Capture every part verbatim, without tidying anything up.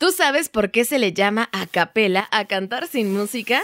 ¿Tú sabes por qué se le llama a capela a cantar sin música?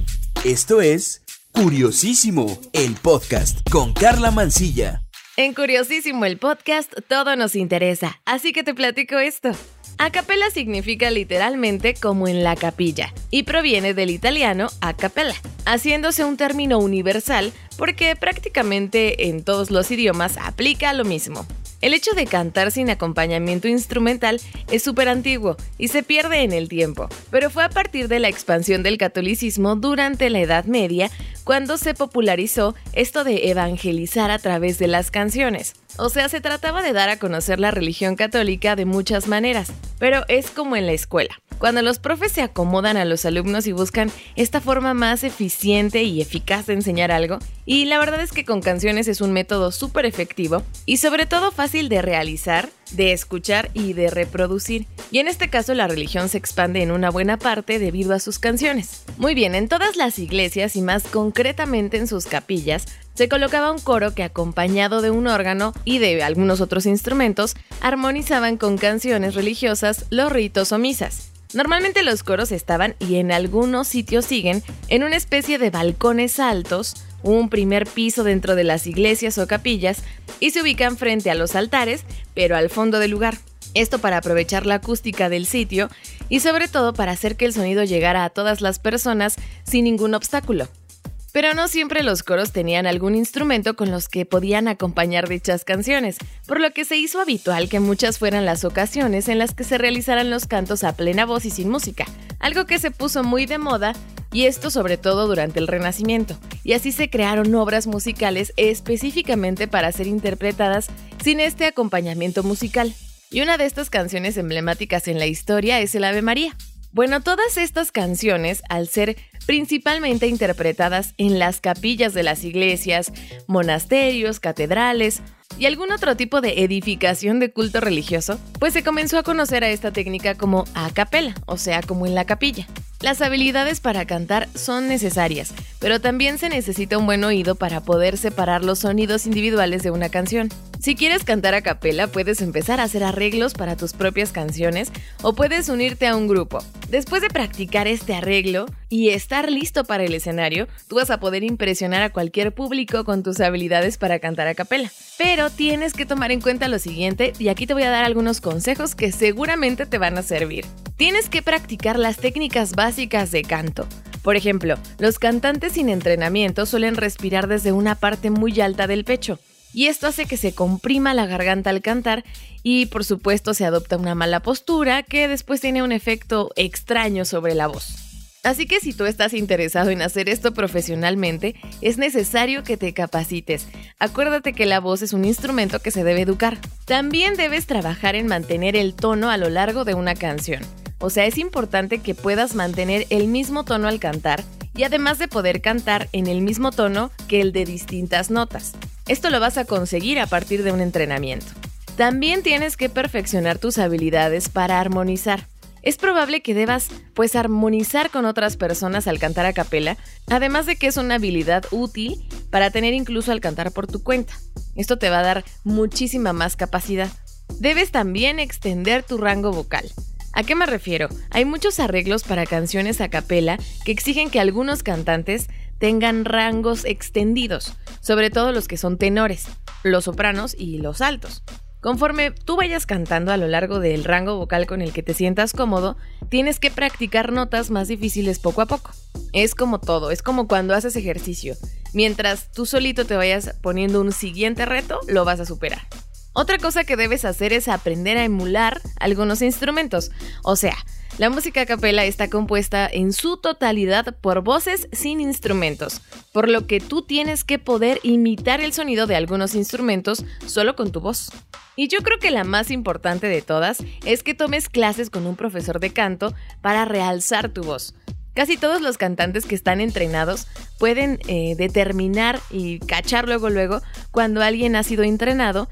Esto es Curiosísimo, el podcast con Carla Mancilla. En Curiosísimo, el podcast, todo nos interesa, así que te platico esto. A capella significa literalmente como en la capilla y proviene del italiano a cappella, haciéndose un término universal porque prácticamente en todos los idiomas aplica lo mismo. El hecho de cantar sin acompañamiento instrumental es súper antiguo y se pierde en el tiempo, pero fue a partir de la expansión del catolicismo durante la Edad Media cuando se popularizó esto de evangelizar a través de las canciones. O sea, se trataba de dar a conocer la religión católica de muchas maneras, pero es como en la escuela. Cuando los profes se acomodan a los alumnos y buscan esta forma más eficiente y eficaz de enseñar algo, y la verdad es que con canciones es un método súper efectivo y sobre todo fácil de realizar, de escuchar y de reproducir. Y en este caso la religión se expande en una buena parte debido a sus canciones. Muy bien, en todas las iglesias y más concretamente en sus capillas, se colocaba un coro que acompañado de un órgano y de algunos otros instrumentos, armonizaban con canciones religiosas los ritos o misas. Normalmente los coros estaban, y en algunos sitios siguen, en una especie de balcones altos, un primer piso dentro de las iglesias o capillas, y se ubican frente a los altares, pero al fondo del lugar. Esto para aprovechar la acústica del sitio y sobre todo para hacer que el sonido llegara a todas las personas sin ningún obstáculo. Pero no siempre los coros tenían algún instrumento con los que podían acompañar dichas canciones, por lo que se hizo habitual que muchas fueran las ocasiones en las que se realizaran los cantos a plena voz y sin música, algo que se puso muy de moda, y esto sobre todo durante el Renacimiento, y así se crearon obras musicales específicamente para ser interpretadas sin este acompañamiento musical. Y una de estas canciones emblemáticas en la historia es el Ave María. Bueno, todas estas canciones, al ser principalmente interpretadas en las capillas de las iglesias, monasterios, catedrales y algún otro tipo de edificación de culto religioso, pues se comenzó a conocer a esta técnica como a capella, o sea, como en la capilla. Las habilidades para cantar son necesarias, pero también se necesita un buen oído para poder separar los sonidos individuales de una canción. Si quieres cantar a capella, puedes empezar a hacer arreglos para tus propias canciones o puedes unirte a un grupo. Después de practicar este arreglo y estar listo para el escenario, tú vas a poder impresionar a cualquier público con tus habilidades para cantar a capella. Pero tienes que tomar en cuenta lo siguiente, y aquí te voy a dar algunos consejos que seguramente te van a servir. Tienes que practicar las técnicas básicas de canto. Por ejemplo, los cantantes sin entrenamiento suelen respirar desde una parte muy alta del pecho, y esto hace que se comprima la garganta al cantar y, por supuesto, se adopta una mala postura que después tiene un efecto extraño sobre la voz. Así que si tú estás interesado en hacer esto profesionalmente, es necesario que te capacites. Acuérdate que la voz es un instrumento que se debe educar. También debes trabajar en mantener el tono a lo largo de una canción. O sea, es importante que puedas mantener el mismo tono al cantar y además de poder cantar en el mismo tono que el de distintas notas. Esto lo vas a conseguir a partir de un entrenamiento. También tienes que perfeccionar tus habilidades para armonizar. Es probable que debas, pues, armonizar con otras personas al cantar a capella, además de que es una habilidad útil para tener incluso al cantar por tu cuenta. Esto te va a dar muchísima más capacidad. Debes también extender tu rango vocal. ¿A qué me refiero? Hay muchos arreglos para canciones a capella que exigen que algunos cantantes tengan rangos extendidos, sobre todo los que son tenores, los sopranos y los altos. Conforme tú vayas cantando a lo largo del rango vocal con el que te sientas cómodo, tienes que practicar notas más difíciles poco a poco. Es como todo, es como cuando haces ejercicio. Mientras tú solito te vayas poniendo un siguiente reto, lo vas a superar. Otra cosa que debes hacer es aprender a emular algunos instrumentos. O sea, la música a capella está compuesta en su totalidad por voces sin instrumentos, por lo que tú tienes que poder imitar el sonido de algunos instrumentos solo con tu voz. Y yo creo que la más importante de todas es que tomes clases con un profesor de canto para realzar tu voz. Casi todos los cantantes que están entrenados pueden eh, determinar y cachar luego luego cuando alguien ha sido entrenado.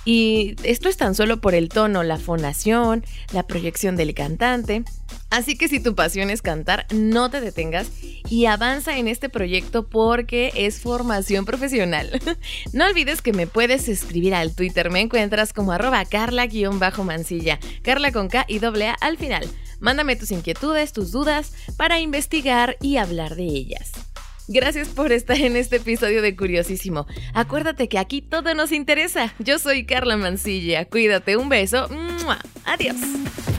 Y esto es tan solo por el tono, la fonación, la proyección del cantante. Así que si tu pasión es cantar, no te detengas y avanza en este proyecto porque es formación profesional. No olvides que me puedes escribir al Twitter, me encuentras como arroba carla-mancilla, Carla con K y doble A al final. Mándame tus inquietudes, tus dudas, para investigar y hablar de ellas. Gracias por estar en este episodio de Curiosísimo. Acuérdate que aquí todo nos interesa. Yo soy Carla Mancilla. Cuídate, un beso. ¡Mua! Adiós.